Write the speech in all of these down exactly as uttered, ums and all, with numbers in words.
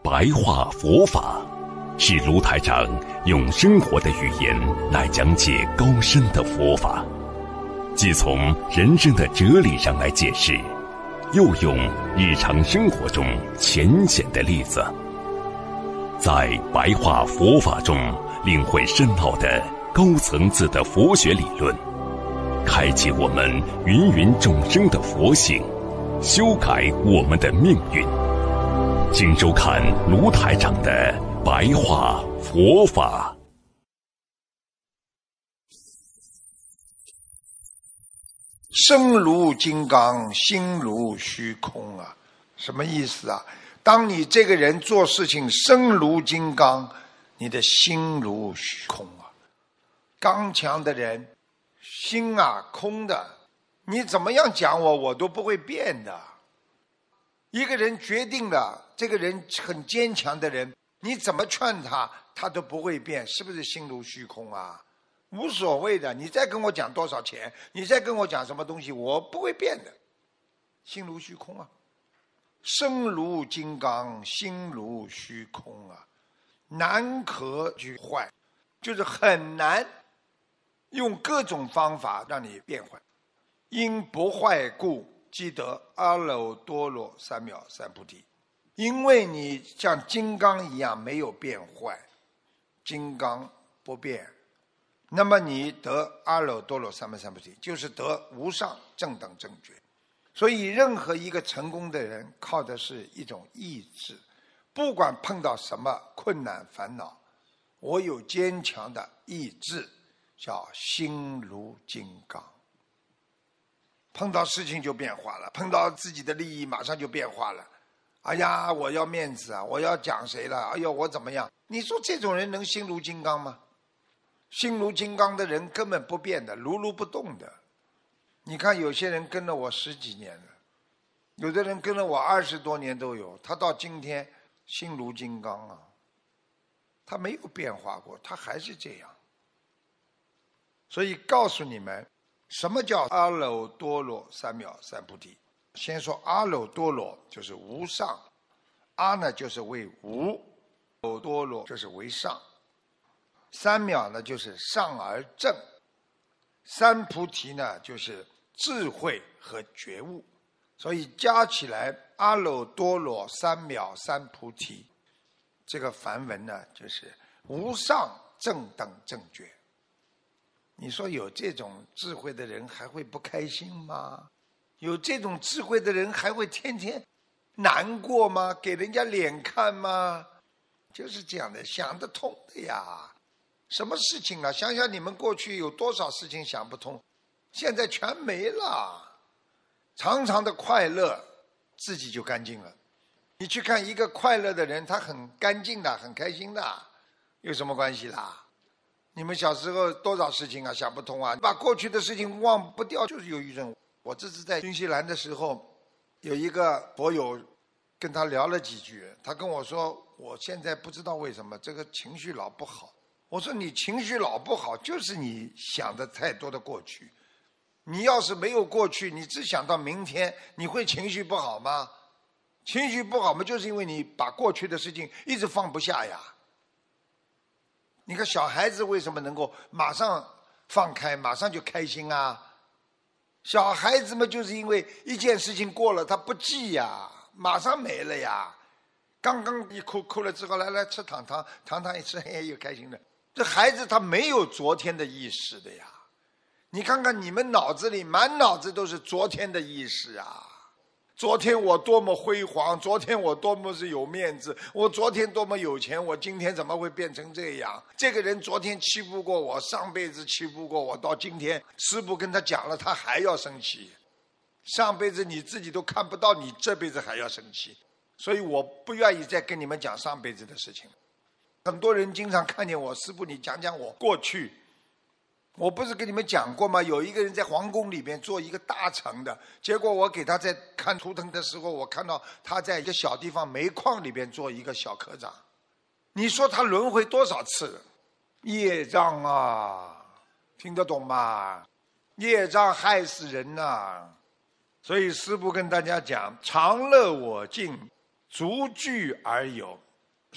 白话佛法，是卢台长用生活的语言来讲解高深的佛法，既从人生的哲理上来解释，又用日常生活中浅显的例子，在白话佛法中领会深奥的高层次的佛学理论，开启我们芸芸众生的佛性，修改我们的命运。请收看卢台长的白话佛法。 身如金刚，心如虚空啊，什么意思啊？当你这个人做事情身如金刚，你的心如虚空啊。刚强的人心啊空的，你怎么样讲我我都不会变的。一个人决定了，这个人很坚强的人，你怎么劝他他都不会变，是不是心如虚空啊？无所谓的，你再跟我讲多少钱，你再跟我讲什么东西，我不会变的，心如虚空啊。身如金刚，心如虚空啊，难可去坏，就是很难用各种方法让你变坏。因不坏故，即得阿耨多罗三藐三菩提。因为你像金刚一样没有变坏，金刚不变，那么你得阿耨多罗三藐三菩提，就是得无上正等正觉。所以任何一个成功的人靠的是一种意志，不管碰到什么困难烦恼，我有坚强的意志，叫心如金刚。碰到事情就变化了，碰到自己的利益马上就变化了。哎呀，我要面子啊，我要讲谁了，哎呦我怎么样？你说这种人能心如金刚吗？心如金刚的人根本不变的，如如不动的。你看有些人跟了我十几年了，有的人跟了我二十多年都有，他到今天心如金刚啊，他没有变化过，他还是这样。所以告诉你们，什么叫阿耨多罗三藐三菩提？先说阿耨多罗就是无上，阿呢就是为无，耨多罗就是为上，三藐呢就是上而正，三菩提呢就是智慧和觉悟。所以加起来阿耨多罗三藐三菩提，这个梵文呢就是无上正等正觉。你说有这种智慧的人还会不开心吗？有这种智慧的人还会天天难过吗？给人家脸看吗？就是这样的，想得通的呀。什么事情啊？想想你们过去有多少事情想不通，现在全没了。常常的快乐，自己就干净了。你去看一个快乐的人，他很干净的，很开心的，有什么关系啦？你们小时候多少事情啊想不通啊，把过去的事情忘不掉，就是忧郁症。我这次在新西兰的时候，有一个佛友跟他聊了几句，他跟我说，我现在不知道为什么这个情绪老不好。我说你情绪老不好，就是你想的太多的过去。你要是没有过去，你只想到明天，你会情绪不好吗？情绪不好嘛，就是因为你把过去的事情一直放不下呀。你看小孩子为什么能够马上放开，马上就开心啊？小孩子嘛，就是因为一件事情过了，他不记呀，马上没了呀。刚刚一哭，哭了之后，来来吃糖糖，糖糖一吃，哎，又开心了。这孩子他没有昨天的意识的呀。你看看你们脑子里满脑子都是昨天的意识啊。昨天我多么辉煌，昨天我多么是有面子，我昨天多么有钱，我今天怎么会变成这样？这个人昨天欺负过我，上辈子欺负过我，到今天师父跟他讲了，他还要生气。上辈子你自己都看不到，你这辈子还要生气。所以我不愿意再跟你们讲上辈子的事情。很多人经常看见我，师父你讲讲我过去。我不是跟你们讲过吗？有一个人在皇宫里面做一个大臣的，结果我给他在看图腾的时候，我看到他在一个小地方煤矿里边做一个小科长。你说他轮回多少次？业障啊，听得懂吗？业障害死人呐、啊！所以师父跟大家讲，常乐我净，逐句而有。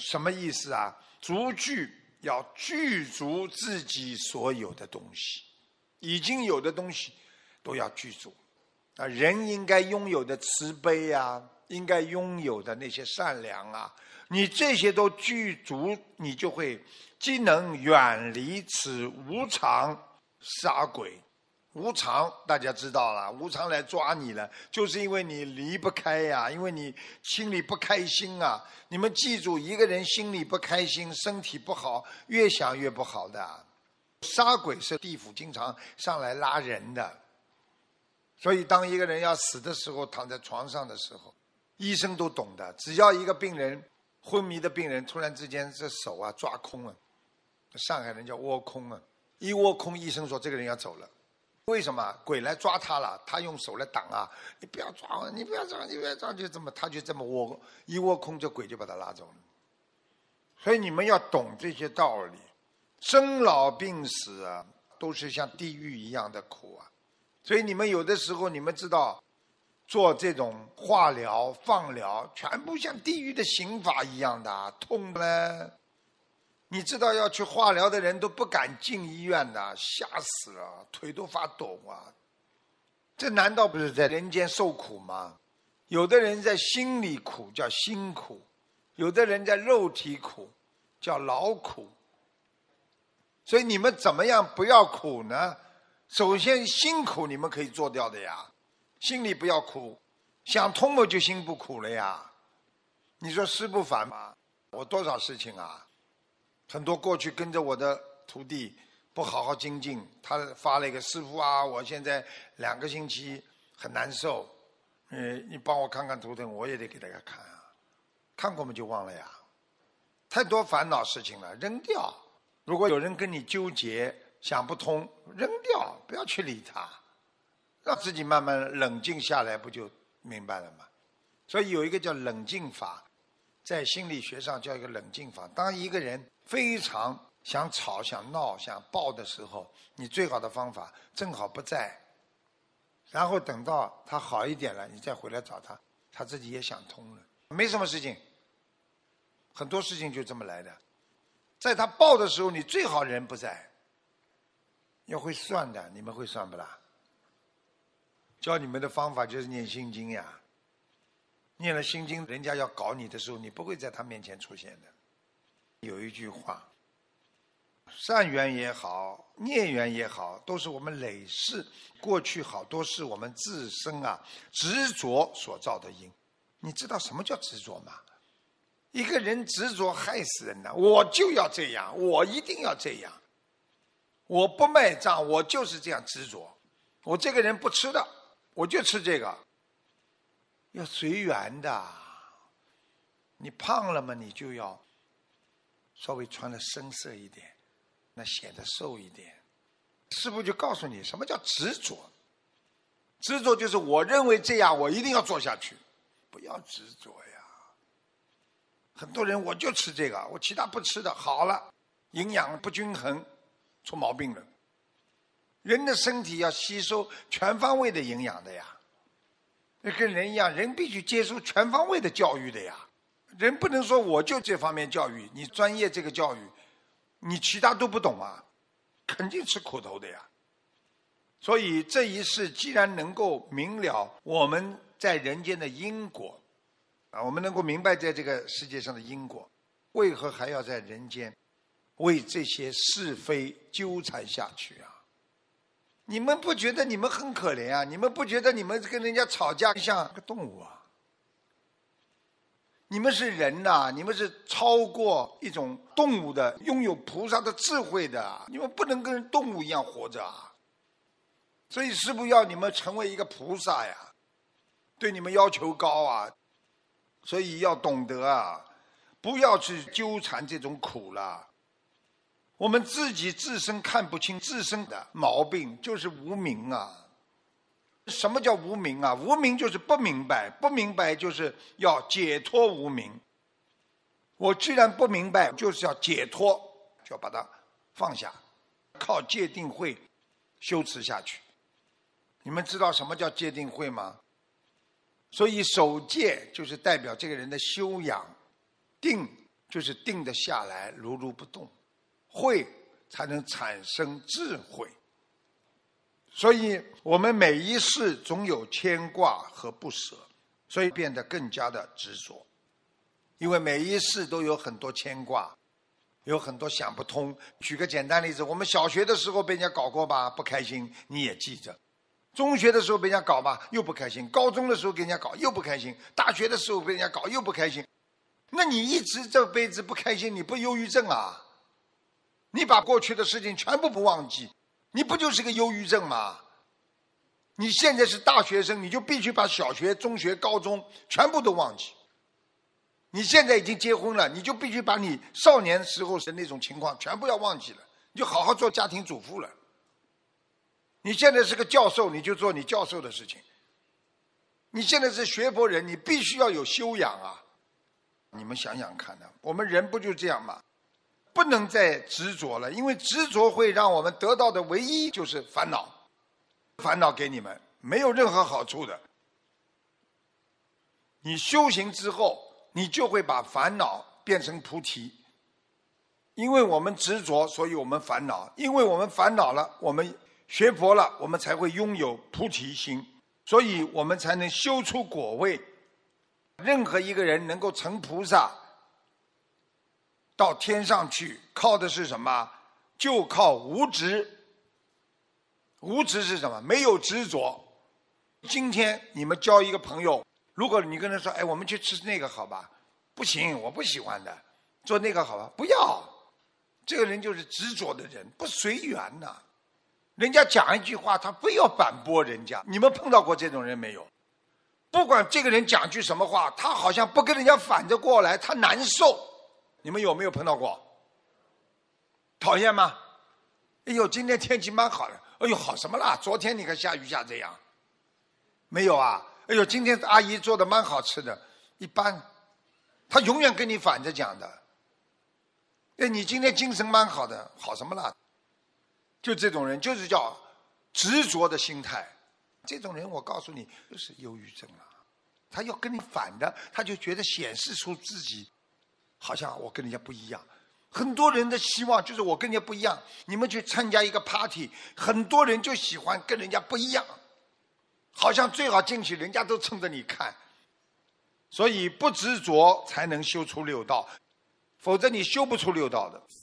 什么意思啊？足具，要具足自己所有的东西，已经有的东西都要具足啊。人应该拥有的慈悲啊，应该拥有的那些善良啊，你这些都具足，你就会既能远离此无常杀鬼。无常大家知道了，无常来抓你了，就是因为你离不开呀、啊，因为你心里不开心啊。你们记住，一个人心里不开心，身体不好，越想越不好的。杀鬼是地府经常上来拉人的，所以当一个人要死的时候，躺在床上的时候，医生都懂的，只要一个病人昏迷的病人突然之间这手啊抓空了，上海人叫窝空啊，一窝空，医生说这个人要走了。为什么？鬼来抓他了，他用手来挡啊！你不要抓我，你不要抓，你不要抓，就这么，他就这么窝一窝空，这鬼就把他拉走了。所以你们要懂这些道理，生老病死啊，都是像地狱一样的苦啊。所以你们有的时候，你们知道，做这种化疗、放疗，全部像地狱的刑法一样的，痛呢。你知道要去化疗的人都不敢进医院的，吓死了，腿都发抖啊！这难道不是在人间受苦吗？有的人在心里苦叫辛苦，有的人在肉体苦叫劳苦。所以你们怎么样不要苦呢？首先辛苦你们可以做掉的呀，心里不要苦，想通了就心不苦了呀。你说师父烦吗？我多少事情啊，很多过去跟着我的徒弟不好好精进，他发了一个师父啊，我现在两个星期很难受，嗯，你帮我看看图腾，我也得给大家看啊，看过嘛就忘了呀，太多烦恼事情了，扔掉。如果有人跟你纠结想不通，扔掉，不要去理他，让自己慢慢冷静下来，不就明白了吗？所以有一个叫冷静法，在心理学上叫一个冷静法。当一个人非常想吵、想闹、想爆的时候，你最好的方法正好不在，然后等到他好一点了，你再回来找他，他自己也想通了，没什么事情。很多事情就这么来的。在他爆的时候，你最好人不在，要会算的，你们会算不啦？教你们的方法就是念心经呀。念了心经，人家要搞你的时候，你不会在他面前出现的。有一句话，善缘也好，孽缘也好，都是我们累世过去好多是我们自身啊执着所造的因。你知道什么叫执着吗？一个人执着害死人的，我就要这样，我一定要这样，我不卖账，我就是这样执着。我这个人不吃的，我就吃这个。要随缘的，你胖了嘛，你就要稍微穿的深色一点，那显得瘦一点。师父就告诉你什么叫执着。执着就是我认为这样，我一定要做下去，不要执着呀。很多人我就吃这个，我其他不吃的，好了，营养不均衡，出毛病了。人的身体要吸收全方位的营养的呀。跟人一样，人必须接受全方位的教育的呀。人不能说我就这方面教育，你专业这个教育，你其他都不懂啊，肯定吃苦头的呀。所以这一世既然能够明了我们在人间的因果啊，我们能够明白在这个世界上的因果，为何还要在人间为这些是非纠缠下去啊？你们不觉得你们很可怜啊？你们不觉得你们跟人家吵架像个动物啊？你们是人呐、啊，你们是超过一种动物的，拥有菩萨的智慧的，你们不能跟动物一样活着啊！所以师父要你们成为一个菩萨呀，对你们要求高啊，所以要懂得啊，不要去纠缠这种苦了。我们自己自身看不清自身的毛病，就是无明啊。什么叫无明啊？无明就是不明白，不明白就是要解脱无明。我既然不明白，就是要解脱，就要把它放下，靠戒定慧修持下去。你们知道什么叫戒定慧吗？所以守戒就是代表这个人的修养，定就是定得下来，如如不动，慧才能产生智慧。所以我们每一世总有牵挂和不舍，所以变得更加的执着。因为每一世都有很多牵挂，有很多想不通。举个简单例子，我们小学的时候被人家搞过吧，不开心，你也记着；中学的时候被人家搞吧，又不开心；高中的时候给人家搞，又不开心；大学的时候被人家搞，又不开心。那你一直这辈子不开心，你不忧郁症啊？你把过去的事情全部不忘记，你不就是个忧郁症吗？你现在是大学生，你就必须把小学、中学、高中全部都忘记。你现在已经结婚了，你就必须把你少年时候的那种情况全部要忘记了，你就好好做家庭主妇了。你现在是个教授，你就做你教授的事情。你现在是学佛人，你必须要有修养啊！你们想想看呢，我们人不就这样吗？不能再执着了，因为执着会让我们得到的唯一就是烦恼。烦恼给你们没有任何好处的。你修行之后，你就会把烦恼变成菩提。因为我们执着，所以我们烦恼；因为我们烦恼了，我们学佛了，我们才会拥有菩提心，所以我们才能修出果位。任何一个人能够成菩萨到天上去，靠的是什么？就靠无执。无执是什么？没有执着。今天你们交一个朋友，如果你跟他说，哎，我们去吃那个好吧？不行，我不喜欢的。做那个好吧？不要。这个人就是执着的人，不随缘呐、啊。人家讲一句话，他非要反驳人家。你们碰到过这种人没有？不管这个人讲句什么话，他好像不跟人家反着过来，他难受。你们有没有碰到过？讨厌吗？哎呦，今天天气蛮好的。哎呦，好什么啦？昨天你看下雨下这样，没有啊？哎呦，今天阿姨做的蛮好吃的，一般。他永远跟你反着讲的。哎，你今天精神蛮好的，好什么啦？就这种人，就是叫执着的心态。这种人，我告诉你，就是忧郁症了。他要跟你反的，他就觉得显示出自己好像我跟人家不一样。很多人的希望就是我跟人家不一样。你们去参加一个 party， 很多人就喜欢跟人家不一样，好像最好进去人家都冲着你看。所以不执着才能修出六道，否则你修不出六道的。